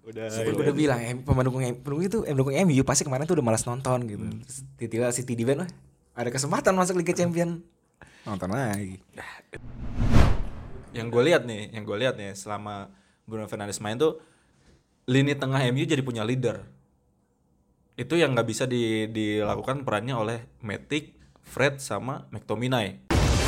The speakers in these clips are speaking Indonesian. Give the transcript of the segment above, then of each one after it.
Udah bilang pendukung MU pasti kemarin tuh udah malas nonton gitu. Terus tiba-tiba City di band, ada kesempatan masuk Liga Champion, nonton lagi. Yang gue lihat nih selama Bruno Fernandes main tuh lini tengah MU jadi punya leader. Itu yang nggak bisa dilakukan perannya oleh Matic, Fred sama McTominay.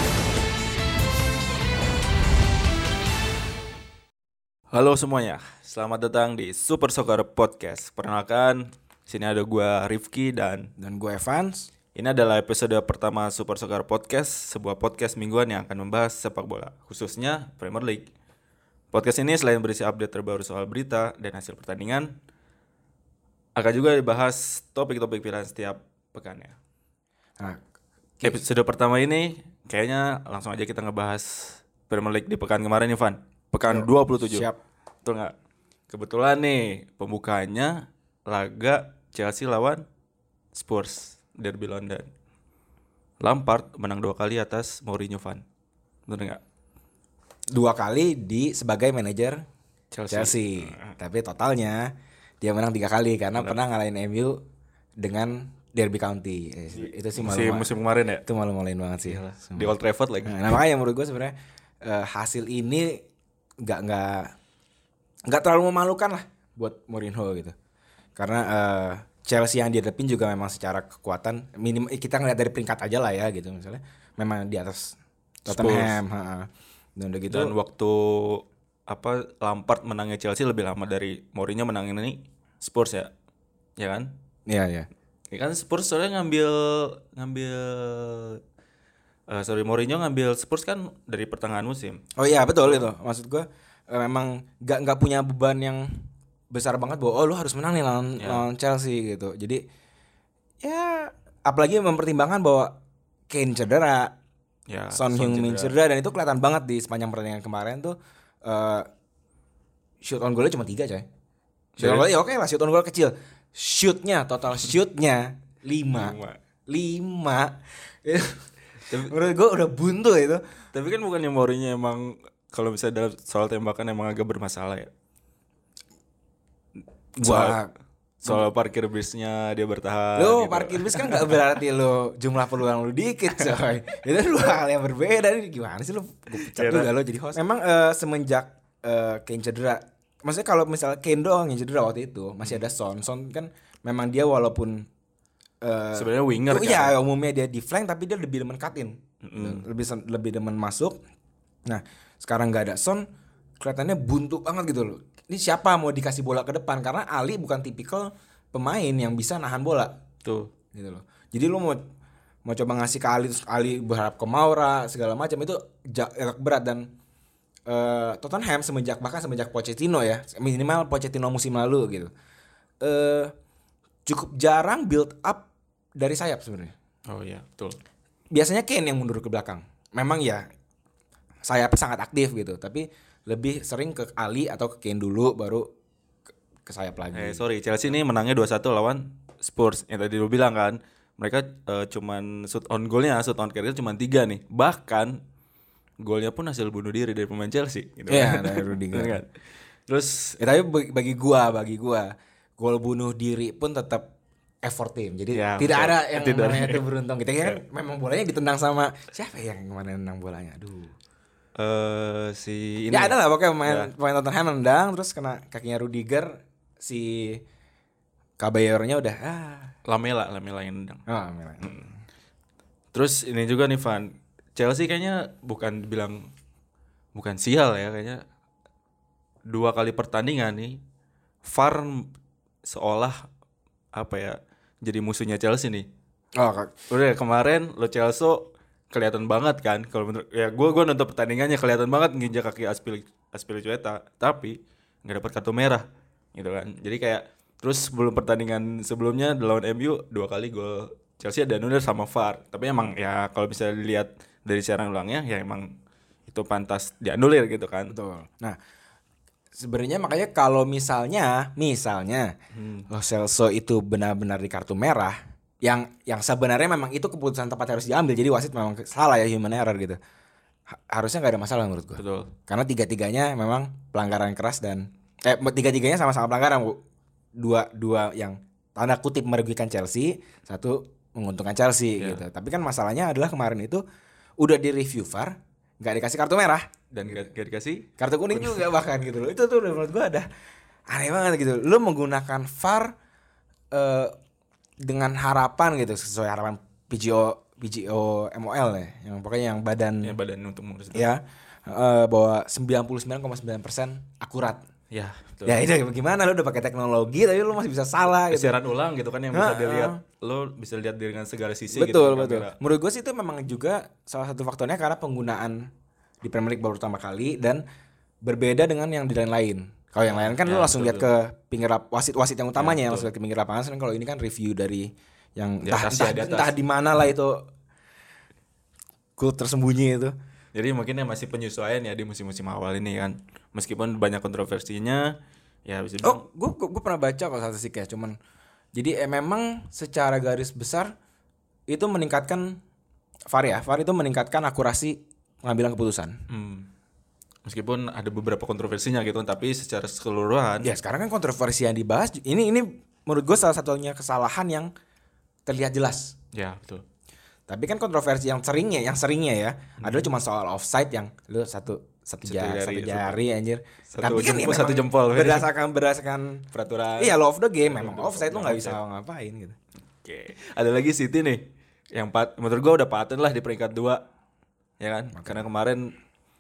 Halo semuanya, selamat datang di Super Soccer Podcast. Perkenalkan, sini ada gua Rifki dan gue Evans. ini adalah episode pertama Super Soccer Podcast, sebuah podcast mingguan yang akan membahas sepak bola, khususnya Premier League. Podcast ini selain berisi update terbaru soal berita dan hasil pertandingan, akan juga dibahas topik-topik pilihan setiap pekannya. Nah, Episode pertama ini kayaknya langsung aja kita ngebahas Premier League di pekan kemarin, Ivan. Pekan 27. Siap. Betul nggak? Kebetulan nih pembukaannya laga Chelsea lawan Spurs, Derby London. Lampard menang 2 kali atas Mourinho, Van. Betul nggak? 2 kali sebagai manajer Chelsea. Tapi totalnya dia menang 3 kali karena pernah ngalahin MU dengan Derby County. Itu sih musim kemarin ya? Itu malu-maluin banget sih. Di Old Trafford lagi. Nah, makanya menurut gue sebenarnya hasil ini nggak terlalu memalukan lah buat Mourinho gitu. Karena Chelsea yang dihadapin juga memang secara kekuatan minim, kita ngeliat dari peringkat aja lah ya gitu, misalnya memang di atas Tottenham. Dan udah gitu. Dan waktu Lampard menangnya Chelsea lebih lama dari Mourinho menangin ini Spurs ya. Ya kan? Iya. Ya kan Spurs soalnya Mourinho ngambil Spurs kan dari pertengahan musim. Oh iya betul itu. Maksud gue memang nggak punya beban yang besar banget bahwa lu harus menang nih lawan Chelsea gitu. Jadi ya apalagi mempertimbangkan bahwa Kane cedera, Son Heung-min cedera, dan itu kelihatan banget di sepanjang pertandingan kemarin tuh. Shoot on goalnya cuma 3 coy. Shoot on goal ya oke lah, shoot on goal kecil. Total shootnya 5. Menurut gue udah buntu itu. Tapi kan bukannya Mourinho emang kalau misalnya dalam soal tembakan emang agak bermasalah ya. Soal parkir bisnya dia bertahan. Lo gitu. parkir bis kan gak berarti lo jumlah peluang lo dikit coy. Itu 2 hal yang berbeda. Ini gimana sih lo? Gue pecat juga lo jadi host. Memang semenjak Kane cedera, maksudnya kalau misalnya Kane doang yang cedera waktu itu, masih ada Son kan memang dia walaupun sebenarnya winger kan. Iya, umumnya dia di flank tapi dia lebih demen cut-in. Lebih demen masuk. Nah, sekarang enggak ada Son, kelihatannya buntu banget gitu loh. Ini siapa mau dikasih bola ke depan, karena Ali bukan tipikal pemain yang bisa nahan bola. Tuh, gitu loh. Jadi lu mau coba ngasih ke Ali, terus Ali berharap ke Maura segala macam, itu agak berat. Dan Tottenham semenjak Pochettino ya, minimal Pochettino musim lalu gitu, cukup jarang build up dari sayap sebenarnya. Oh iya, betul. Biasanya Kane yang mundur ke belakang. Memang ya sayapnya sangat aktif gitu, tapi lebih sering ke Ali atau ke Kane dulu baru ke sayap lagi. Chelsea ini menangnya 2-1 lawan Spurs. Yang tadi lu bilang kan, mereka cuman shoot on carry cuman 3 nih. Bahkan golnya pun hasil bunuh diri dari pemain Chelsea gitu. Iya, dari Rudiger. Kan? Terus tapi bagi gua gol bunuh diri pun tetap effort tim. Jadi tidak ada yang namanya itu beruntung. Kita kan memang bolanya ditendang sama siapa yang kemarin nendang bolanya? Aduh. Si ini. Ya ada lah pokoknya pemain Tottenham nendang terus kena kakinya Rudiger, si Caballero-nya udah Lamela yang nendang. Lamela. Terus ini juga nih Van, Chelsea kayaknya bukan sial ya, kayaknya 2 kali pertandingan nih VAR seolah jadi musuhnya Chelsea nih. Udah kemarin Lo Celso kelihatan banget kan, kalau menurut ya gue nonton pertandingannya kelihatan banget nginjak kaki Azpilicueta, tapi nggak dapat kartu merah gitu kan. Jadi kayak terus sebelum pertandingan sebelumnya lawan MU 2 kali gol Chelsea ada anulir sama VAR. Tapi emang ya kalau bisa dilihat dari siaran ulangnya ya emang itu pantas dianulir gitu kan. Betul. Nah, sebenarnya makanya kalau misalnya Lo Celso itu benar-benar di kartu merah, yang sebenarnya memang itu keputusan tepat harus diambil, jadi wasit memang salah ya, human error gitu, harusnya nggak ada masalah menurut gue. Betul. Karena 3-3-nya memang pelanggaran keras dan Tiga-tiganya sama-sama pelanggaran, Bu. Dua yang tanda kutip merugikan Chelsea, satu menguntungkan Chelsea gitu. Tapi kan masalahnya adalah kemarin itu udah di review VAR, nggak dikasih kartu merah dan gak dikasih kartu kuning juga bahkan gitu loh. Itu tuh menurut gua ada aneh banget gitu. Lu menggunakan VAR dengan harapan gitu, sesuai harapan PGO MOL ya, yang pokoknya yang badan untuk mengurus itu. Ya, bahwa 99,9% akurat. Ya, betul. Ya itu gimana lu udah pakai teknologi tapi lu masih bisa salah gitu. Siaran ulang gitu kan yang bisa dilihat, lu bisa lihat dengan segala sisi betul, gitu. Betul. Menurut gue sih itu memang juga salah satu faktornya karena penggunaan di Premier League baru pertama kali dan berbeda dengan yang di lain-lain. Kalau yang lain kan lu langsung lihat ke pinggir wasit yang utamanya, langsung lihat ke pinggir lapangan. Kalau ini kan review dari yang entah di mana lah itu cool tersembunyi itu. Jadi mungkin ya masih penyesuaian ya di musim-musim awal ini kan. Meskipun banyak kontroversinya, ya bisa dibilang. Gue pernah baca kalau statistiknya, cuman jadi memang secara garis besar itu meningkatkan VAR ya. VAR itu meningkatkan akurasi pengambilan keputusan. Meskipun ada beberapa kontroversinya gitu, tapi secara keseluruhan. Ya sekarang kan kontroversi yang dibahas ini menurut gue salah satunya kesalahan yang terlihat jelas. Ya betul. Tapi kan kontroversi yang seringnya ya adalah cuma soal offside yang lu satu jari anjir. Tapi kan satu jempol berdasarkan peraturan. Iya, law of the game memang offside lu enggak bisa ngapain gitu. Oke. Ada lagi City nih yang menurut gua udah paten lah di peringkat 2. Ya kan? Karena kemarin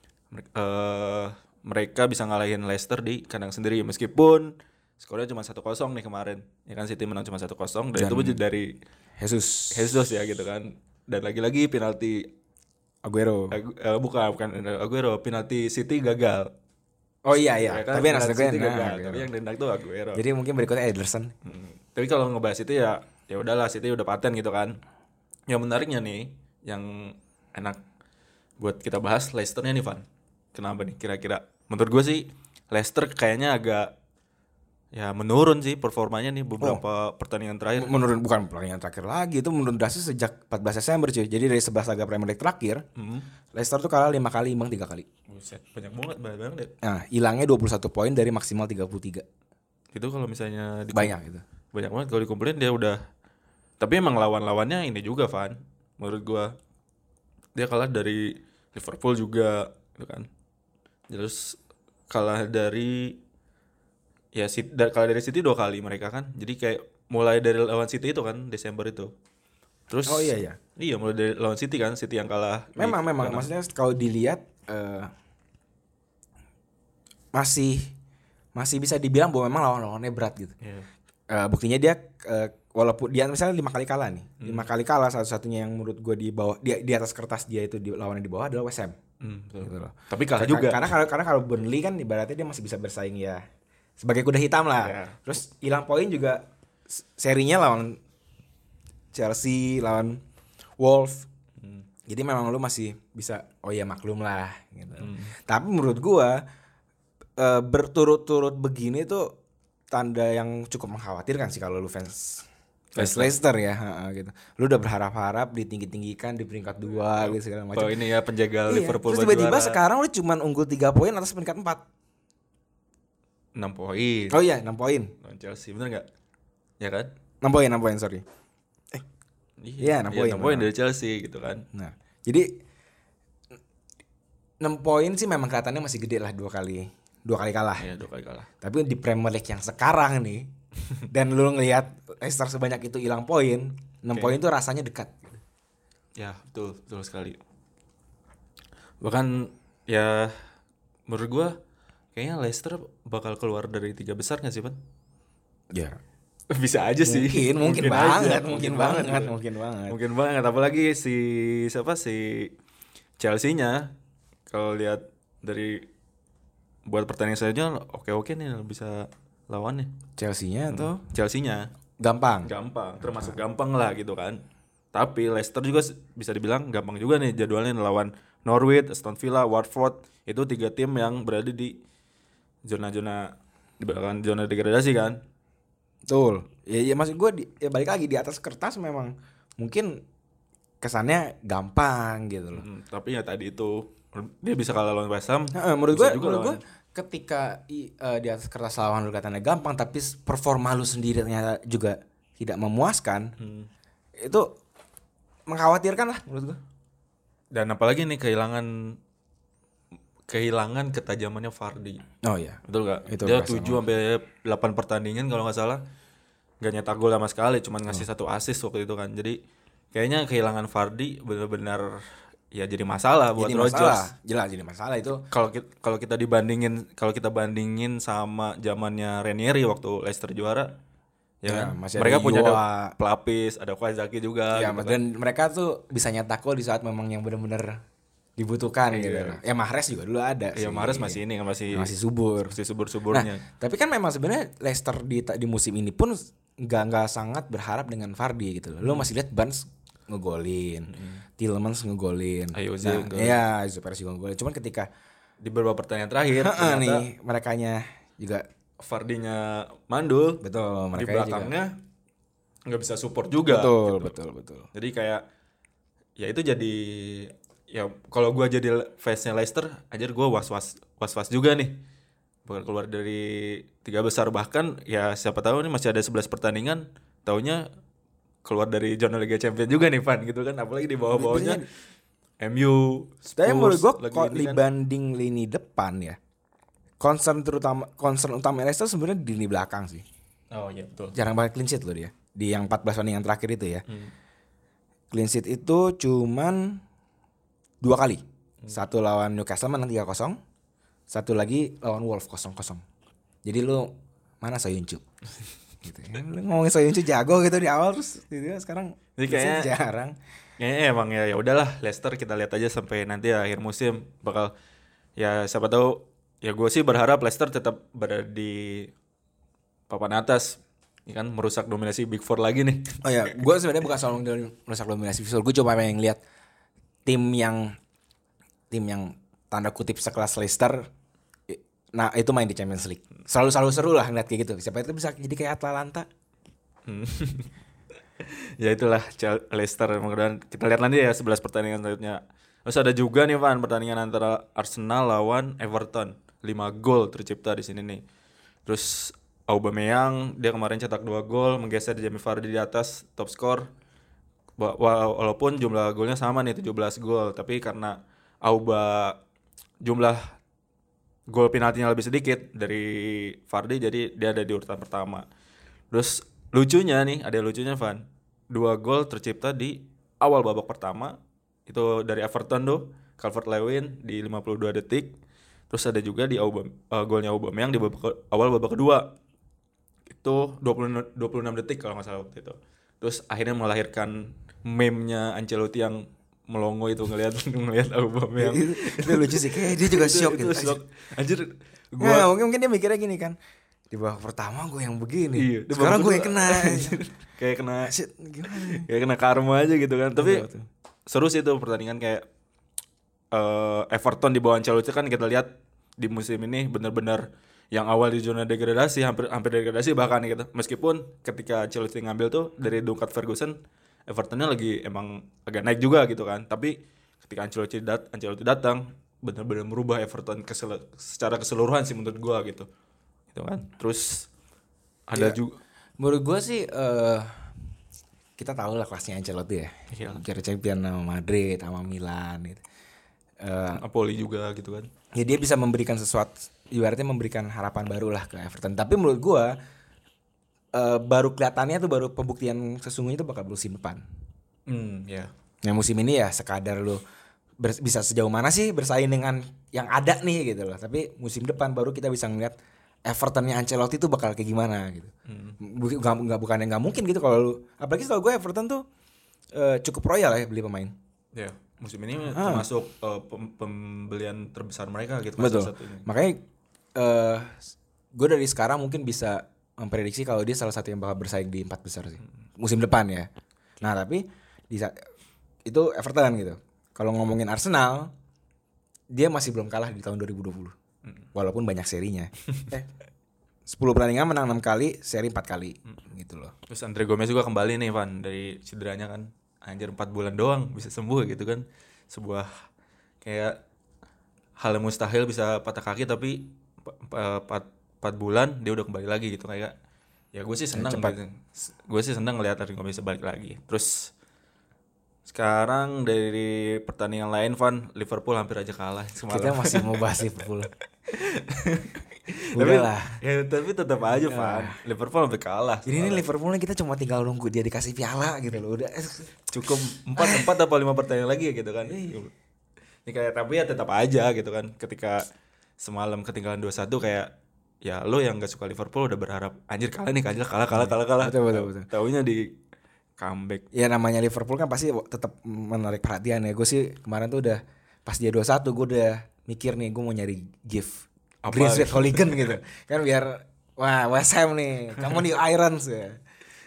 mereka bisa ngalahin Leicester di kandang sendiri meskipun skornya cuma 1-0 nih kemarin. Ya kan City menang cuma 1-0 dan itu dari Jesus ya gitu kan. Dan lagi-lagi penalti Aguero. Bukan Aguero, penalti City gagal. Oh iya. Ya kan? Tapi yang nendang tuh Aguero. Jadi mungkin berikutnya Ederson. Tapi kalau ngebahas itu ya udahlah, City udah paten gitu kan. Yang menariknya nih, yang enak buat kita bahas Leicester-nya nih, Van. Kenapa nih kira-kira? Menurut gue sih Leicester kayaknya agak menurun sih performanya nih beberapa pertandingan terakhir. Menurun, bukan pertandingan terakhir lagi, itu menurun drastis sejak 14 Desember cuy. Jadi dari 11 laga Premier League terakhir, Leicester tuh kalah 5 kali, imbang 3 kali. Buset, banyak banget. Nah, hilangnya 21 poin dari maksimal 33. Itu kalau misalnya banyak itu. Banyak banget kalau dikumpulin dia udah. Tapi emang lawan-lawannya ini juga, Van. Menurut gua dia kalah dari Liverpool juga gitu kan. Terus kalah dari kalau dari City 2 kali mereka kan. Jadi kayak mulai dari lawan City itu kan Desember itu. Terus iya mulai dari lawan City kan, City yang kalah. Memang maksudnya kalau dilihat masih bisa dibilang bahwa memang lawan-lawannya berat gitu. Buktinya dia walaupun dia misalnya 5 kali kalah nih. 5 kali kalah, satu-satunya yang menurut gue di bawah di atas kertas dia itu lawannya di bawah adalah West Ham. Gitu loh. Tapi kalah juga. Karena kalau Burnley kan ibaratnya dia masih bisa bersaing ya sebagai kuda hitam lah. Terus hilang poin juga serinya lawan Chelsea, lawan Wolves. Jadi memang lu masih bisa maklum lah gitu. Tapi menurut gua berturut-turut begini tuh tanda yang cukup mengkhawatirkan sih kalau lu fans Leicester ya, gitu. Lu udah berharap-harap ditinggi-tinggikan di peringkat 2 gitu segala macam. Oh ini ya penjaga Liverpool. Terus tiba-tiba sekarang lu cuma unggul 3 poin atas peringkat 4. 6 poin. Oh iya, 6 poin. Lawan Chelsea, bener enggak? Ya kan? 6 poin, sorry. Iya, 6 poin. 6 poin dari Chelsea gitu kan. Nah, jadi 6 poin sih memang kelihatannya masih gede lah 2 kali kalah. Iya, 2 kali kalah. Tapi di Premier League yang sekarang nih dan lu ngelihat Leicester sebanyak itu hilang poin, 6 poin itu rasanya dekat. Ya, betul sekali. Bahkan ya menurut gua kayaknya Leicester bakal keluar dari 3 besar gak sih, Pan? Ya. Bisa aja sih. Mungkin banget. Apalagi si Chelsea-nya kalau lihat dari buat pertandingan selanjutnya oke nih bisa lawannya. Chelsea-nya atau? Chelsea-nya. Gampang. Termasuk gampang lah gitu kan. Tapi Leicester juga bisa dibilang gampang juga nih jadwalnya lawan Norwich, Aston Villa, Watford. Itu 3 tim yang berada di zona degradasi kan. Betul. Ya maksud gue balik lagi di atas kertas memang mungkin kesannya gampang gitu loh. Tapi ya tadi itu dia bisa kalah lawan West Ham. Menurut gue ketika di atas kertas lawan lu katanya gampang tapi performa lu sendiri ternyata juga tidak memuaskan, itu mengkhawatirkan lah menurut gua. Dan apalagi nih kehilangan ketajamannya Vardy. Oh iya. Betul gak? Itu Dia berasa 7 sampai 8 pertandingan kalau nggak salah nggak nyetak gol sama sekali, cuman ngasih 1 assist waktu itu kan. Jadi kayaknya kehilangan Vardy benar-benar ya jadi masalah buat Jadi Rodgers. masalah, jelas jadi masalah itu. Kalau kita bandingin sama zamannya Ranieri waktu Leicester juara, ya kan? masih Mereka ada punya Yua. ada pelapis, ada Kawasaki juga. Ya, gitu kan. dan mereka tuh bisa nyetak gol di saat memang yang benar-benar dibutuhkan gitu. Ya Mahrez juga dulu ada Ya sih. Mahrez masih ini kan masih subur. masih subur-suburnya. Tapi kan memang sebenarnya Leicester di musim ini pun nggak sangat berharap dengan Vardy gitu loh. Lo masih lihat Barnes ngegolin, Tielemans ngegolin. Ayoze ya Persie ngegolin. Cuman ketika Di beberapa pertandingan terakhir ternyata nih merekanya juga Vardy-nya mandul. betul Di mereka belakangnya nggak bisa support juga. betul. Jadi kayak ya itu jadi ya kalau gua jadi fansnya Leicester, anjir gua was-was juga nih. Bukan keluar dari 3 besar, bahkan ya siapa tahu nih masih ada 11 pertandingan, taunya keluar dari zona Liga Champions juga nih Van gitu kan, apalagi di bawah-bawahnya MU, Tapi menurut gue lagi kok ini kan. dibanding lini depan ya, concern utama Leicester sebenarnya di lini belakang sih. Oh iya betul. Jarang banget clean sheet loh dia di yang 14 pertandingan terakhir itu ya. Clean sheet itu cuman 2 kali. Satu lawan Newcastle menang 3-0. Satu lagi lawan Wolves 0-0. Jadi lu mana Soyuncu? Gitu. Lu ngomongin Soyuncu jago gitu di awal terus gitu, sekarang Jadi kayaknya jarang. Kayaknya emang ya udahlah Leicester kita lihat aja sampai nanti akhir musim bakal ya siapa tahu ya gue sih berharap Leicester tetap berada di papan atas. Ini kan merusak dominasi Big Four lagi nih. Oh ya, gue sebenarnya bukan soal merusak dominasi visual. Gue cuma pengen lihat tim yang tanda kutip sekelas Leicester, nah itu main di Champions League. Selalu seru lah ngeliat kayak gitu. Siapa itu bisa jadi kayak Atalanta. Ya itulah Leicester. Kemudian kita lihat nanti ya 11 pertandingan selanjutnya. Terus ada juga nih Van pertandingan antara Arsenal lawan Everton. 5 gol tercipta di sini nih. Terus Aubameyang dia kemarin cetak 2 gol, menggeser Jamie Vardy di atas top skor. Walaupun jumlah golnya sama nih 17 gol, tapi karena jumlah gol penaltinya lebih sedikit dari Vardy, jadi dia ada di urutan pertama. Terus lucunya Van, 2 gol tercipta di awal babak pertama, itu dari Everton tuh, Calvert-Lewin di 52 detik. Terus ada juga di golnya Aubameyang di awal babak kedua, itu 26 detik kalau nggak salah waktu itu. Terus akhirnya melahirkan meme-nya Ancelotti yang melongo itu ngelihat Aubameyang. Itu lucu sih, kayak dia juga shock gitu. Anjir, mungkin dia mikirnya gini kan, di babak pertama gue yang begini, iya, sekarang gue yang kena. kayak kena Shit, gimana? Kayak kena karma aja gitu kan. Tapi Betul. seru sih itu pertandingan kayak Everton di bawah Ancelotti kan kita lihat di musim ini benar-benar yang awal di zona degradasi, hampir degradasi bahkan gitu. Meskipun ketika Ancelotti ngambil tuh dari Duncan Ferguson, Evertonnya lagi emang agak naik juga gitu kan. Tapi ketika Ancelotti datang, benar-benar merubah Everton secara keseluruhan sih menurut gua gitu. Gitu kan. Terus ada juga Menurut gue sih kita tahu lah kelasnya Ancelotti ya. Iya. Juara champion sama Madrid, sama Milan gitu. Napoli juga gitu kan. Ya dia bisa memberikan sesuatu, ibaratnya memberikan harapan baru lah ke Everton. Tapi menurut gue baru kelihatannya tuh, baru pembuktian sesungguhnya itu bakal musim depan. Ya. Yang musim ini ya sekadar lu bisa sejauh mana sih bersaing dengan yang ada nih gitu loh. Tapi musim depan baru kita bisa ngeliat Evertonnya Ancelotti tuh bakal kayak gimana gitu. Bukan yang nggak mungkin gitu kalau lu, apalagi kalau gue Everton tuh cukup royal ya beli pemain. Ya, musim ini termasuk pembelian terbesar mereka gitu. Betul. Satunya. Makanya gue dari sekarang mungkin bisa memprediksi kalau dia salah satu yang bakal bersaing di 4 besar sih musim depan ya. Nah tapi itu Everton gitu. Kalau ngomongin Arsenal, dia masih belum kalah di tahun 2020. Walaupun banyak serinya. 10 pertandingan menang 6 kali, seri 4 kali gitu loh. Terus Andre Gomez juga kembali nih Van dari cederanya kan. Anjir 4 bulan doang bisa sembuh gitu kan. Sebuah kayak hal yang mustahil bisa patah kaki tapi 4 bulan dia udah kembali lagi gitu, kayak ya gue sih senang gitu. Gue sih senang ngelihat Enrico bisa balik lagi. Terus sekarang dari pertandingan lain, Van, Liverpool hampir aja kalah semalam. Kita masih mau bahas Liverpool. Tapi Udahlah. ya tapi tetap aja, Van. Liverpool hampir kalah. Jadi ini Liverpool kita cuma tinggal nunggu dia dikasih piala gitu loh. Udah cukup 4 apa 5 pertandingan lagi ya gitu kan. Ini kayak tapi ya tetap aja gitu kan. Ketika semalam ketinggalan 2-1 kayak ya lo yang gak suka Liverpool udah berharap anjir kalah nih, kalah. Betul. Taunya di comeback. Ya namanya Liverpool kan pasti tetap menarik perhatian ya. Gue sih kemarin tuh udah pas dia 2-1 gue udah mikir nih gue mau nyari gift Green Sweet Hooligan gitu. Kan biar wah West Ham nih, kamu di Irons ya.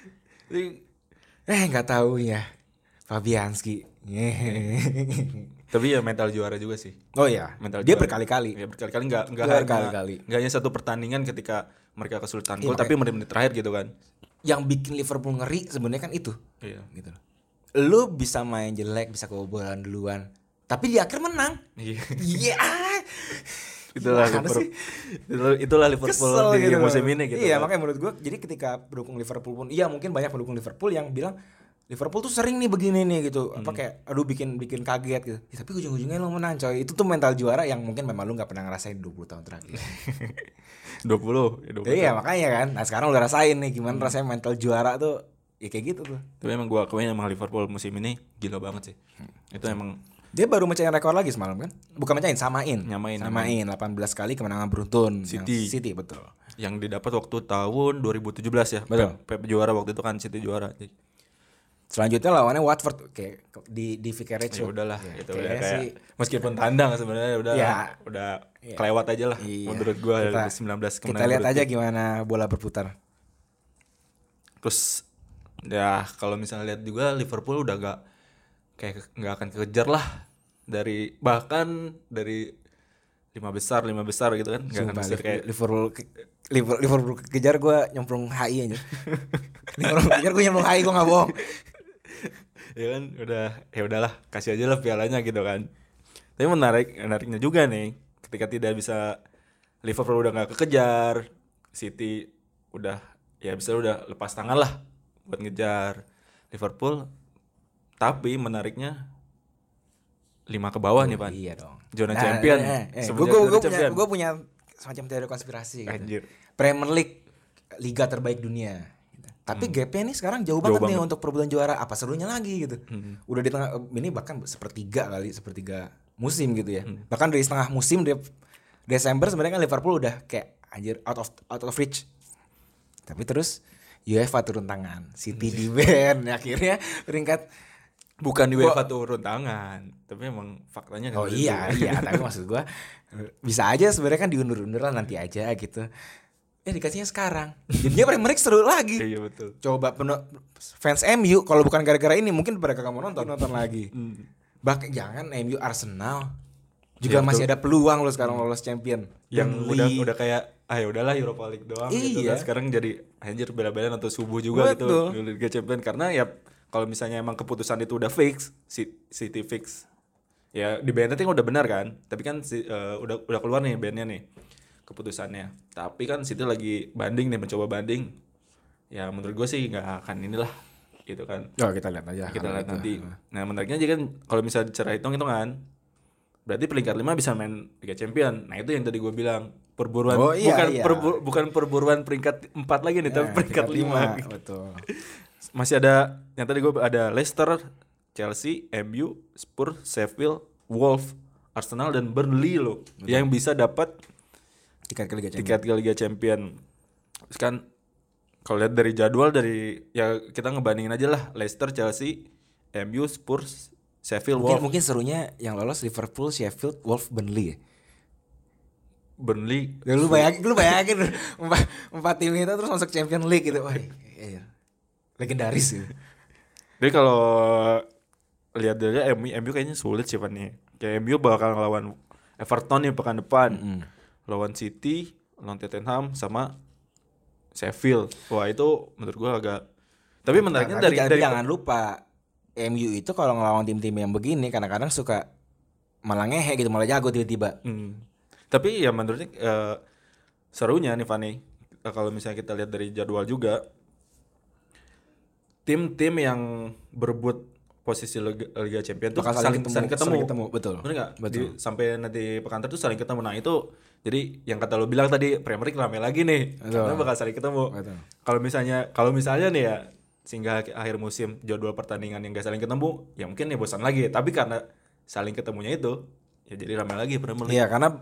Nggak tahu ya Fabianski. Tapi ya mental juara juga sih. Oh iya, mental dia juara. berkali-kali. Ya berkali-kali nggak hanya satu pertandingan ketika mereka kesulitan gol, tapi menit-menit terakhir gitu kan. Yang bikin Liverpool ngeri sebenarnya kan itu. Iya. Gitu loh. Lu bisa main jelek, bisa kebobolan duluan, tapi di akhir menang. Iya. Itulah Liverpool Kesel di gitu musim ini gitu. Iya, kan. makanya menurut gue jadi ketika pendukung Liverpool pun mungkin banyak pendukung Liverpool yang bilang Liverpool tuh sering nih begini nih gitu. Apa kayak aduh bikin kaget gitu. Ya, tapi ujung-ujungnya lo menang coy. Itu tuh mental juara yang mungkin memang lu enggak pernah ngerasain 20 tahun terakhir. 20. Iya, makanya kan. Nah, sekarang udah rasain nih gimana rasanya mental juara tuh. Ya kayak gitu tuh. Tapi emang gua akuin emang Liverpool musim ini gila banget sih. Itu emang dia baru mecahin rekor lagi semalam kan? Bukan mecahin, samain 18 kali kemenangan beruntun City betul. Yang didapat waktu tahun 2017 ya. Betul. Pep juara waktu itu kan, City juara. Selanjutnya lawannya Watford kayak di Vicarage. Ya udahlah, ya, itu udah kayak meskipun tandang sebenarnya udah kelewat aja lah. Iya. Menurut gua 19 kita lihat aja gimana bola berputar. Terus ya kalau misalnya lihat juga Liverpool udah nggak akan kejar lah dari lima besar gitu kan, nggak akan besar kayak Liverpool kejar gue nyemplung HI aja. Liverpool kejar gue nyemplung HI, gue nggak bohong. Ya kan udahlah kasih aja lah pialanya gitu kan. Tapi menariknya juga nih ketika tidak bisa Liverpool udah nggak kekejar, City udah lepas tangan lah buat ngejar Liverpool. Tapi menariknya 5 ke bawah nih, Pan. Iya dong. Zona champion. Gue punya semacam teori konspirasi gitu. Anjir. Premier League liga terbaik dunia. Tapi gapnya nih sekarang jauh banget nih untuk perebutan juara. Apa serunya lagi gitu. Udah di tengah ini bahkan sepertiga musim gitu ya. Bahkan dari setengah musim Desember sebenarnya kan Liverpool udah kayak anjir out of reach. Tapi terus UEFA turun tangan, City di ban, akhirnya peringkat bukan di UEFA turun tangan, tapi emang faktanya kan. Oh iya, tapi maksud gua bisa aja sebenarnya kan diundur-undur lah nanti aja gitu. Dikasihnya sekarang. Jadinya Premier League seru lagi. Iya betul. Coba fans MU kalau bukan gara-gara ini mungkin mereka kamu nonton lagi. Bahkan jangan MU Arsenal juga masih ada peluang lo sekarang lolos champion. Yang udah kayak ya udahlah Europa League doang gitu kan. Sekarang jadi anjir bela-belain atau subuh juga gitu Liga Champions karena ya kalau misalnya emang keputusan itu udah fix, City fix. Ya di BNT kan udah benar kan, tapi kan udah keluar nih bandnya nih keputusannya. Tapi kan City lagi banding nih, mencoba banding. Ya menurut gue sih nggak akan inilah gitu kan. Kita lihat aja. Kita lihat nanti. Nah menariknya aja kan kalau misalnya cara hitungan berarti peringkat 5 bisa main Liga Champion. Nah itu yang tadi gue bilang perburuan bukan perburuan peringkat 4 lagi nih, tapi peringkat 5. Betul. Masih ada yang tadi gue ada Leicester, Chelsea, MU, Spurs, Sheffield, Wolves, Arsenal dan Burnley loh. Betul. Yang bisa dapat tiket ke Liga Champion. Terus kan kalau lihat dari jadwal ya kita ngebandingin aja lah Leicester, Chelsea, MU, Spurs, Sheffield, Wolves. Mungkin serunya yang lolos Liverpool, Sheffield, Wolves, Burnley ya. Burnley. Lu bayangin 4 tim itu terus masuk Champions League gitu. Wah, iya. Legendaris gitu. Jadi kalau lihat dari MU kayaknya sulit sih Pan nih. Kayak MU bakal ngelawan Everton nih pekan depan. Lawan City, lawan Tottenham sama Sheffield. Wah, itu menurut gua agak. Tapi menariknya dari jangan lupa MU itu kalau ngelawan tim-tim yang begini kadang-kadang suka malah ngehe gitu, malah jago tiba-tiba. Tapi ya menurutnya serunya nih Fani, kalau misalnya kita lihat dari jadwal juga, tim-tim yang berebut posisi Liga Champions tuh Bakal saling ketemu. betul. Bener nggak? Betul. Sampai nanti pekan tuh saling ketemu. Nah itu jadi yang kata lo bilang tadi, Premier League rame lagi nih, Betul. karena bakal saling ketemu. Betul. Kalau misalnya nih ya, sehingga akhir musim jadwal pertandingan yang gak saling ketemu, ya mungkin ya bosan lagi. Tapi karena saling ketemunya itu, ya jadi rame lagi Premier League. Iya, karena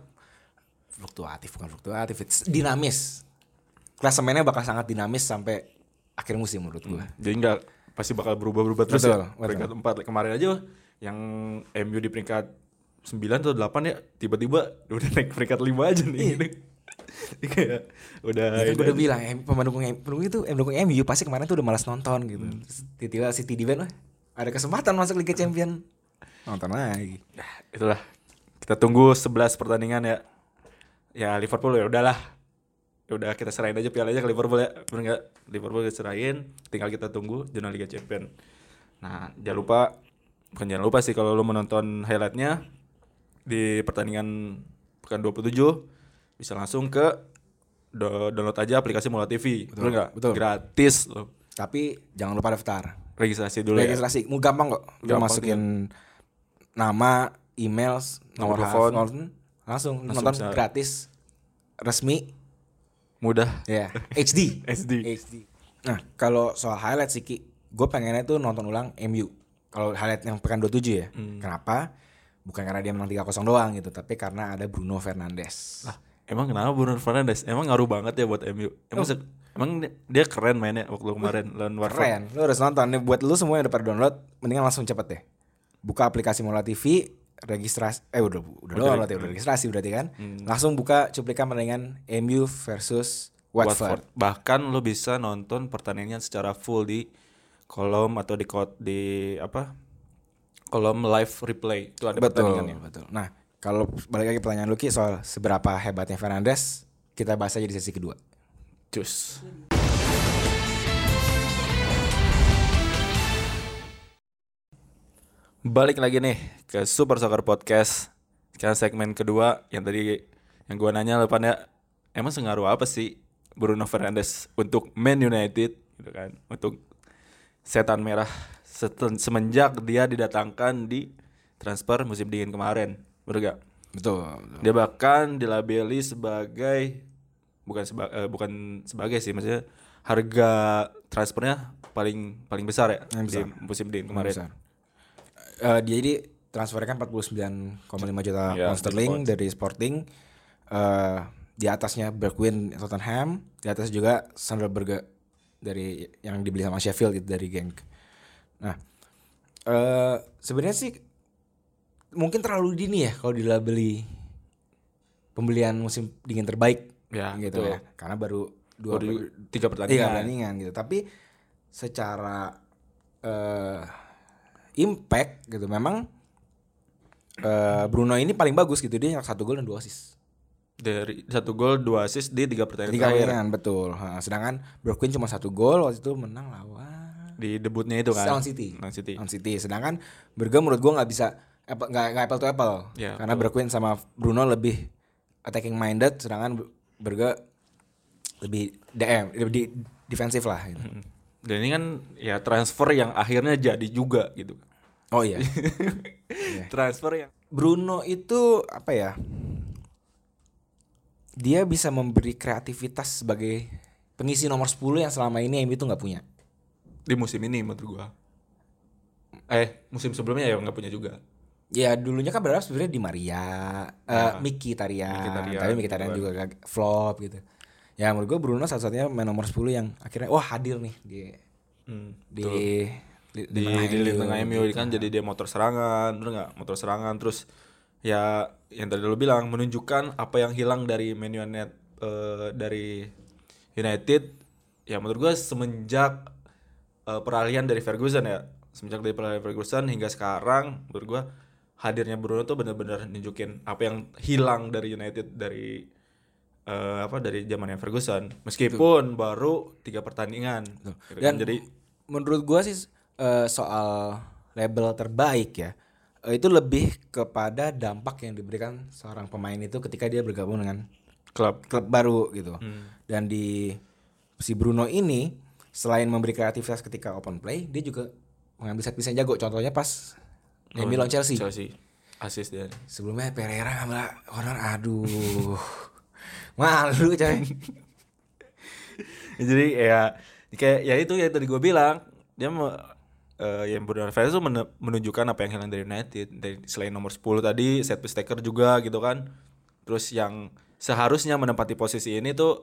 bukan fluktuatif, dinamis. Klasemennya bakal sangat dinamis sampai akhir musim menurut gue. Jadi nggak pasti bakal berubah-berubah terus. Betul, ya. Peringkat 4 kemarin aja yang MU di peringkat 9 atau 8 ya, tiba-tiba udah naik peringkat 5 aja nih. Kayak udah Ya kan gue udah bilang pendukung MU pasti kemarin tuh udah malas nonton gitu. Terus tiba-tiba City defend, ada kesempatan masuk Liga Champion. Nonton lagi. Nah, itulah. Kita tunggu 11 pertandingan ya. Ya Liverpool ya udahlah. Ya udah kita serahin aja pialanya ke Liverpool ya. Bener enggak? Liverpool kita serahin, tinggal kita tunggu zona Liga Champion. Nah, jangan lupa sih kalau lu menonton highlightnya di pertandingan pekan 27 bisa langsung ke download aja aplikasi Mola TV. Betul enggak? Betul. Gratis loh. Tapi jangan lupa daftar. Registrasi dulu ya. Mau gampang kok. Lu Gampang masukin nama, email, nomor telepon, langsung nonton bisa. gratis, resmi, Mudah. ya, HD. SD. Nah, kalau soal highlight sih Ki, gue pengennya tuh nonton ulang MU. Kalau highlight yang pekan 27 ya. Kenapa? Bukan karena dia menang 3-0 doang gitu, tapi karena ada Bruno Fernandes. Lah, emang kenapa Bruno Fernandes? Emang ngaruh banget ya buat MU? Emang dia keren mainnya waktu kemarin lawan Watford. Keren. Lu harus nonton nih, buat lu semua yang udah pada download, mendingan langsung cepet deh. Buka aplikasi Mola TV, registrasi udah download ya, udah registrasi berarti kan. Langsung buka cuplikan pertandingan MU versus Watford. Bahkan lo bisa nonton pertandingan secara full di kolom atau di kolom live replay. Itu ada pertandingannya. Betul. Nah, kalau balik lagi pertanyaan Lucky soal seberapa hebatnya Fernandes, kita bahas aja di sesi kedua. Cus. Balik lagi nih ke Super Soccer Podcast. Sekarang segmen kedua yang gue nanya lepan ya, emang sengaruh apa sih Bruno Fernandes untuk Man United gitu kan, untuk setan merah semenjak dia didatangkan di transfer musim dingin kemarin, bener gak? Betul. Dia bahkan dilabeli sebagai bukan sebagai sih, maksudnya harga transfernya paling besar ya di musim dingin kemarin. Dia jadi transfernya kan 49,5 juta pound sterling dari Sporting. Di atasnya Bergwijn Tottenham, di atas juga Sanderberge dari yang dibeli sama Sheffield itu dari Genk. Nah, sebenarnya sih mungkin terlalu dini ya kalau dilabeli pembelian musim dingin terbaik ya, gitu ya. Karena baru 3 pertandingan gitu. Tapi secara impact gitu memang Bruno ini paling bagus gitu, dia 1 gol dan 2 assist. Dari 1 gol 2 assist di 3 pertandingan. Betul. Sedangkan Bergwijn cuma 1 gol waktu itu menang lawan di debutnya itu kan. Lawan City. Sedangkan Bergwijn menurut gua nggak bisa nggak apple to apple. Ya, karena Bergwijn sama Bruno lebih attacking minded, sedangkan Bergwijn lebih lebih defensif lah gitu. Dan ini kan ya transfer yang akhirnya jadi juga gitu. Oh iya. Transfer yang Bruno itu apa ya? Dia bisa memberi kreativitas sebagai pengisi nomor 10 yang selama ini MU itu nggak punya. Di musim ini menurut gua. Musim sebelumnya ya nggak punya juga. Ya dulunya kan berharap sebenarnya di Maria, Mkhitaryan. Tapi Mkhitaryan juga flop gitu. Ya menurut gue Bruno satu-satunya main nomor 10 yang akhirnya hadir nih di tengah MU kan, jadi dia motor serangan, bener nggak? Motor serangan terus ya yang tadi lo bilang menunjukkan apa yang hilang dari Man United dari United ya menurut gue semenjak peralihan dari Ferguson hingga sekarang menurut gue hadirnya Bruno tuh benar-benar nunjukin apa yang hilang dari United dari zamannya Ferguson meskipun baru 3 pertandingan. Dan jadi menurut gue sih soal label terbaik ya itu lebih kepada dampak yang diberikan seorang pemain itu ketika dia bergabung dengan klub baru gitu. Dan di si Bruno ini selain memberi kreativitas ketika open play, dia juga mengambil set piece yang jago. Contonya pas MU lawan Chelsea. Assist dia. Sebelumnya Pereira ngambil corner, aduh. Malu coy. Jadi ya kayak ya itu ya tadi gue bilang, dia yang Bruno Fernandes tuh menunjukkan apa yang hilang dari United. Dari selain nomor 10 tadi, set piece taker juga gitu kan. Terus yang seharusnya menempati posisi ini tuh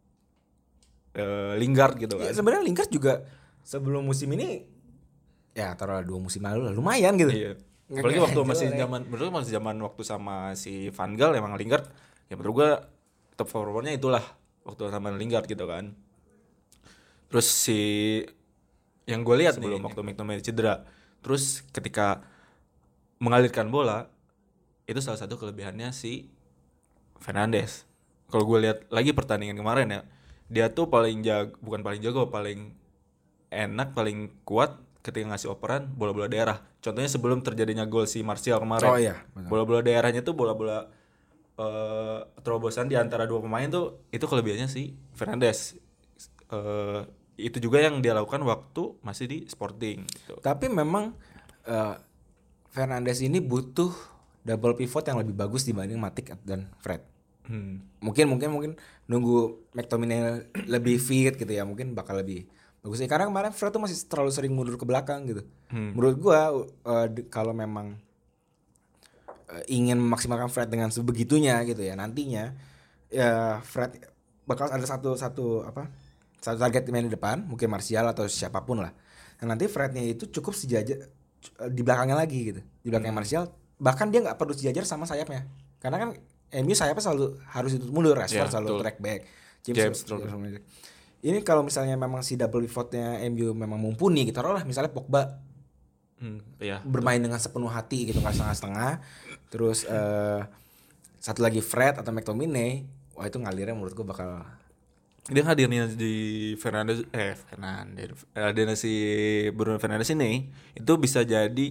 Lingard gitu kan. Ya, sebenarnya Lingard juga sebelum musim ini ya taruhlah 2 musim lalu lah lumayan gitu. Iya. Apalagi waktu masih zaman waktu sama si Van Gaal, emang Lingard ya menurut gua top forwardnya itulah waktu sama Lingard gitu kan. Terus si yang gue lihat sebelum waktu McTominay cedera, terus ketika mengalirkan bola itu salah satu kelebihannya si Fernandes. Kalau gue lihat lagi pertandingan kemarin ya, dia tuh paling paling enak, paling kuat ketika ngasih operan bola-bola daerah. Contohnya sebelum terjadinya gol si Martial kemarin. Oh iya, betul. Bola-bola daerahnya tuh bola-bola terobosan di antara dua pemain tuh, itu kelebihannya si Fernandes. Itu juga yang dia lakukan waktu masih di Sporting gitu. Tapi memang Fernandes ini butuh double pivot yang lebih bagus dibanding Matic dan Fred. Mungkin nunggu McTominay lebih fit gitu ya, mungkin bakal lebih bagus. Karena kemarin Fred tuh masih terlalu sering mundur ke belakang gitu. Menurut gua kalau memang ingin memaksimalkan Fred dengan sebegitunya gitu ya, nantinya ya Fred bakal ada satu target main di depan, mungkin Martial atau siapapun lah. Dan nanti Frednya itu cukup sejajar di belakangnya lagi gitu, di belakangnya Martial. Bahkan dia nggak perlu sejajar sama sayapnya, karena kan MU sayapnya selalu harus itu mundur, Rashford selalu track back, James ini kalau misalnya memang si double pivotnya MU memang mumpuni gitu, taruhlah misalnya Pogba bermain dengan sepenuh hati gitu, nggak setengah-setengah. Terus satu lagi Fred atau McTominay, wah itu ngalirnya menurut gua bakal. Dia hadirnya di si Bruno Fernandes ini itu bisa jadi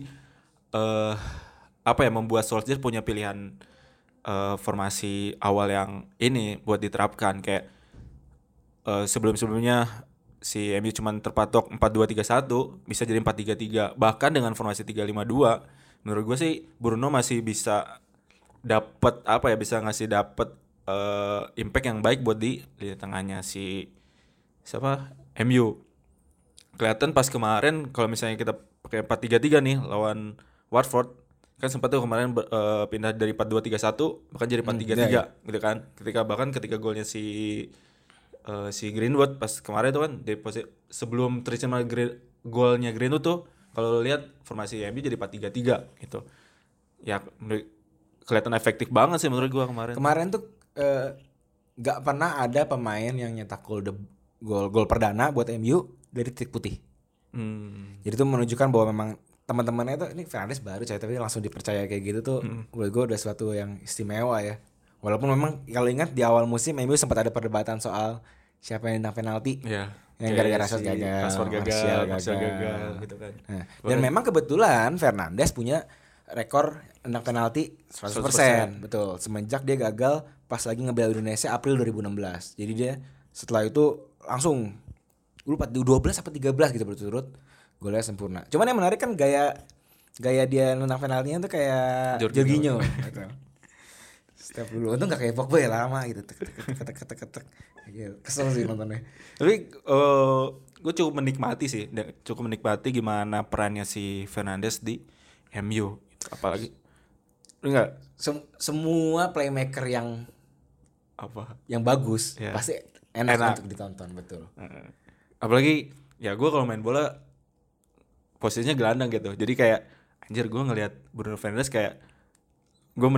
membuat Solskjaer punya pilihan formasi awal yang ini buat diterapkan. Kayak sebelum-sebelumnya si MU cuma terpatok 4-2-3-1, bisa jadi 4-3-3. Bahkan dengan formasi 3-5-2, menurut gue sih Bruno masih bisa bisa ngasih impact yang baik buat di tengahnya si MU. Kelihatan pas kemarin kalau misalnya kita pakai 4-3-3 nih lawan Watford, kan sempat tuh kemarin pindah dari 4-2-3-1 bahkan jadi 4-3-3 gitu kan. Ketika golnya si Greenwood pas kemarin tuh kan sebelum tercemar golnya Greenwood tuh, kalau lihat formasi MU jadi 4-3-3 gitu. Ya kelihatan efektif banget sih menurut gua kemarin. Kemarin tuh gak pernah ada pemain yang nyetak gol perdana buat MU dari titik putih. Jadi itu menunjukkan bahwa memang teman-temannya itu ini Fernandes baru tapi langsung dipercaya kayak gitu tuh. Menurut gue udah suatu yang istimewa ya. Walaupun memang kalau ingat di awal musim MU sempat ada perdebatan soal siapa yang nendang penalti. Yang gara-gara Rashford gagal, Martial gagal gitu kan. Nah, dan memang kebetulan Fernandes punya rekor nendang penalti 100%. Betul. Semenjak dia gagal pas lagi ngebela Indonesia April 2016. Jadi dia setelah itu langsung lupa 12 apa 13 gitu berturut-turut golnya sempurna. Cuman yang menarik kan gaya dia nendang penaltinya tuh kayak Jorginho gitu. Step dulu, untung gak kayak Pogba ya lama gitu. Tek. Kesel sih nontonnya. Tapi gue cukup menikmati gimana perannya si Fernandes di MU. Apalagi enggak semua playmaker yang bagus pasti enak untuk ditonton, betul. Apalagi ya gue kalau main bola posisinya gelandang gitu. Jadi kayak anjir, gue ngelihat Bruno Fernandes kayak gue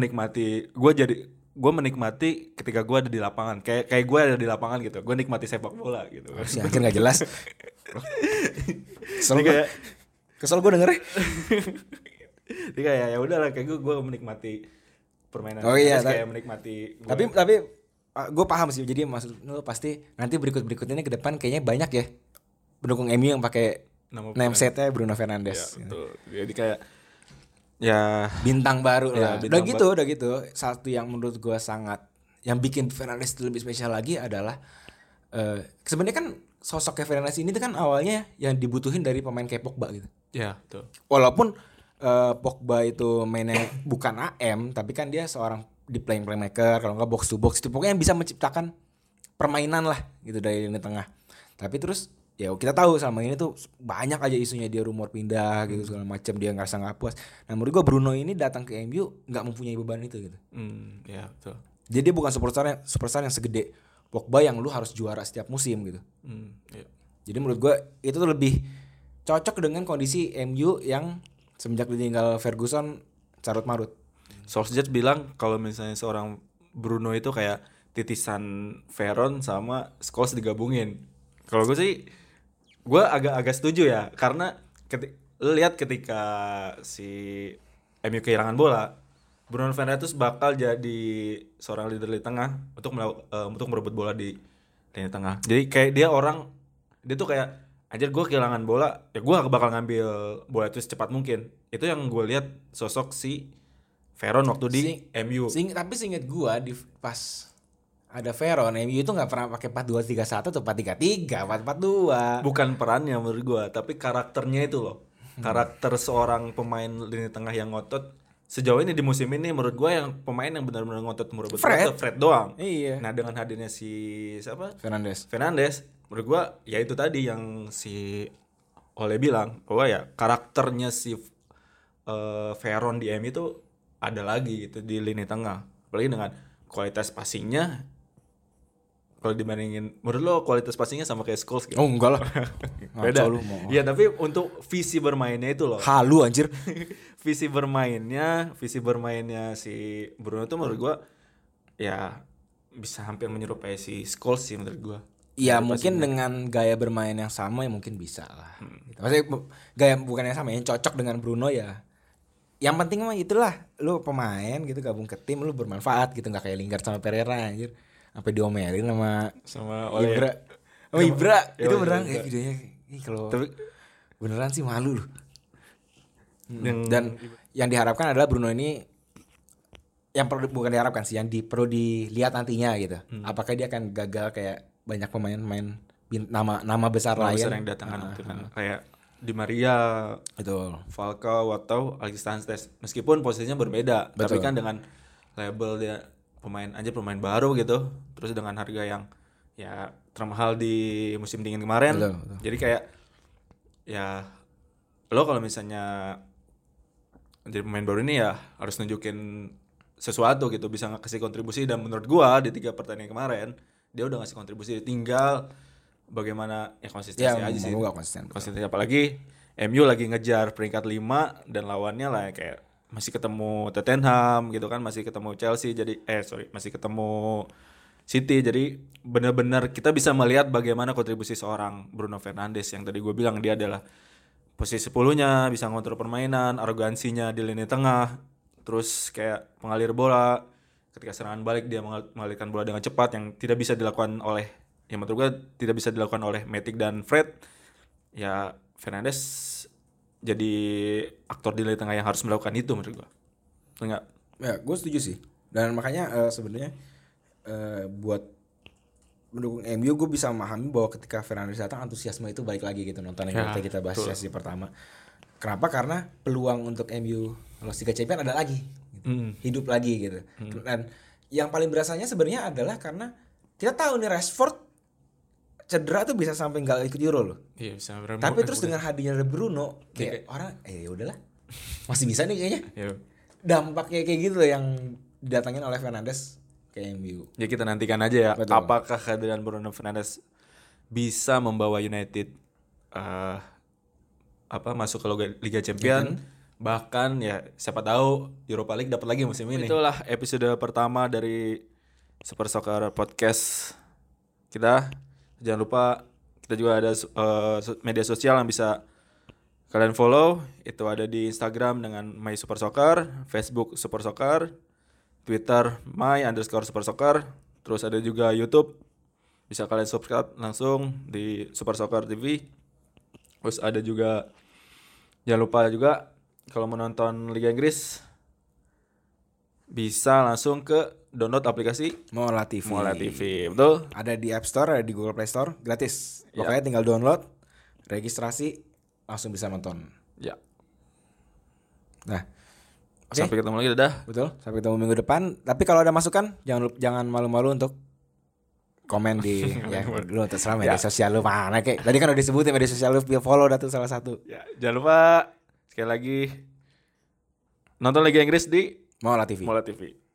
menikmati ketika gue ada di lapangan. Kayak gue ada di lapangan gitu. Gue nikmati sepak bola gitu. Si anjir enggak jelas. Kesel gue dengernya. Jadi kayak ya udahlah, kayak gue menikmati permainan. Oh iya, kayak menikmati. Tapi gue paham sih. Jadi maksud lu pasti nanti berikutnya ke depan kayaknya banyak ya pendukung MU yang pakai name setnya Bruno Fernandes. Ya, betul. Jadi kayak ya bintang baru lah. Udah gitu. Satu yang menurut gue sangat yang bikin Fernandes lebih spesial lagi adalah sebenarnya kan sosoknya Fernandes ini tuh kan awalnya yang dibutuhin dari pemain kayak Pogba gitu. Ya, betul. Walaupun Pogba itu mainnya bukan AM, tapi kan dia seorang di playmaker, kalau nggak box to box itu pokoknya yang bisa menciptakan permainan lah gitu dari lini tengah. Tapi terus ya kita tahu selama ini tuh banyak aja isunya dia rumor pindah gitu segala macam, dia ngerasa nggak puas. Nah menurut gua Bruno ini datang ke MU nggak mempunyai beban itu gitu. Ya, betul. Jadi dia bukan superstar yang segede Pogba yang lu harus juara setiap musim gitu. Ya. Jadi menurut gua itu tuh lebih cocok dengan kondisi MU yang semenjak ditinggal Ferguson carut marut. Solskjaer bilang kalau misalnya seorang Bruno itu kayak titisan Veron sama Scholes digabungin. Kalau gue sih, gue agak setuju ya, karena lu lihat ketika si MU kehilangan bola, Bruno Fernandes bakal jadi seorang leader di tengah untuk merebut bola di lini tengah. Jadi kayak dia tuh kayak anjir, gue kehilangan bola, ya gue bakal ngambil bola itu secepat mungkin. Itu yang gue lihat sosok si Veron waktu di MU. Tapi seinget gua di pas ada Veron, MU itu nggak pernah pakai 4-2-3-1 atau 4-3-3, 4-4-2. Bukan perannya menurut gua, tapi karakternya itu loh. Karakter seorang pemain lini tengah yang ngotot. Sejauh ini di musim ini menurut gua yang pemain yang benar-benar ngotot merebut bola Fred doang. Iya. Nah, dengan hadirnya si siapa? Fernandes. Menurut gua ya itu tadi yang si Ole bilang bahwa ya karakternya si Veron di MU itu ada lagi gitu di lini tengah. Apalagi dengan kualitas passingnya, kalau dibandingin, menurut lo kualitas passingnya sama kayak Scholes gitu? Oh enggak lah. Beda. Iya, tapi untuk visi bermainnya itu loh. Halu anjir. visi bermainnya si Bruno tuh menurut gua ya bisa hampir menyerupai si Scholes sih menurut gua. Iya, mungkin dengan gaya bermain yang sama ya mungkin bisa lah. Gitu. Maksudnya gaya bukan yang sama, yang cocok dengan Bruno ya. Yang penting mah itulah, lu pemain gitu gabung ke tim, lu bermanfaat gitu, nggak kayak Lingard sama Pereira anjir. Sampai diomelin sama Ibra. Oh Ibra itu beneran ya videonya. Ih kalau beneran sih malu lu. Dan yang diharapkan adalah Bruno ini yang bukan diharapkan sih, yang perlu dilihat nantinya gitu. Apakah dia akan gagal kayak banyak pemain-pemain nama besar lain yang datang kan kayak Di Maria, betul, Falcao atau Alexis Sanchez, meskipun posisinya berbeda, betul. Tapi kan dengan label dia pemain baru gitu, terus dengan harga yang ya termahal di musim dingin kemarin, betul. Jadi kayak ya lo kalau misalnya jadi pemain baru ini ya harus nunjukin sesuatu gitu, bisa ngasih kontribusi, dan menurut gua di 3 pertandingan kemarin dia udah ngasih kontribusi, tinggal bagaimana ya konsistensi aja sih. Konsistensi, apalagi MU lagi ngejar peringkat 5 dan lawannya lah kayak masih ketemu Tottenham gitu kan, masih ketemu Chelsea, jadi masih ketemu City. Jadi benar-benar kita bisa melihat bagaimana kontribusi seorang Bruno Fernandes yang tadi gue bilang dia adalah posisi 10-nya, bisa ngontrol permainan, arogansinya di lini tengah, terus kayak pengalir bola, ketika serangan balik dia mengalirkan bola dengan cepat yang tidak bisa dilakukan oleh, ya menurut gue tidak bisa dilakukan oleh Matic dan Fred. Ya Fernandes jadi aktor di lini tengah yang harus melakukan itu menurut gue. Enggak? Ya, gue setuju sih. Dan makanya sebenarnya buat mendukung MU gue bisa memahami bahwa ketika Fernandes datang antusiasme itu balik lagi gitu, nonton yang kita bahas sesi pertama. Kenapa? Karena peluang untuk MU lolos Liga Champions ada lagi, gitu. Hidup lagi gitu. Dan yang paling berasanya sebenarnya adalah karena kita tahu nih Rashford cedera tuh bisa sampai nggak ikut Euro loh. Iya, bisa. Tapi terus dengan hadirnya Bruno kayak orang udahlah masih bisa nih kayaknya. Dampaknya kayak gitu loh yang didatangin oleh Fernandes ke MU. Ya kita nantikan aja ya. Betul. Apakah kehadiran Bruno Fernandes bisa membawa United masuk ke Liga Champions? Bahkan ya siapa tahu Europa League dapat lagi musim ini. Itulah episode pertama dari Super Soccer Podcast kita. Jangan lupa kita juga ada media sosial yang bisa kalian follow. Itu ada di Instagram dengan My Super Soccer, Facebook Super Soccer, Twitter My_Super Soccer. Terus ada juga YouTube, bisa kalian subscribe langsung di Super Soccer TV. Terus ada juga, jangan lupa juga kalau menonton Liga Inggris bisa langsung ke download aplikasi Mola TV. Mola TV. Betul? Ada di App Store, ada di Google Play Store, gratis. Ya. Pokoknya tinggal download, registrasi, langsung bisa nonton. Ya. Nah, oke. Sampai ketemu lagi, dadah. Betul. Sampai ketemu minggu depan. Tapi kalau ada masukan, jangan malu-malu untuk komen di ya lu terserah media sosial lu mana kayak. Tadi kan udah disebutin media sosial lu, follow dah tuh salah satu. Ya, jangan lupa sekali lagi nonton Liga Inggris di Mola TV. Mola TV.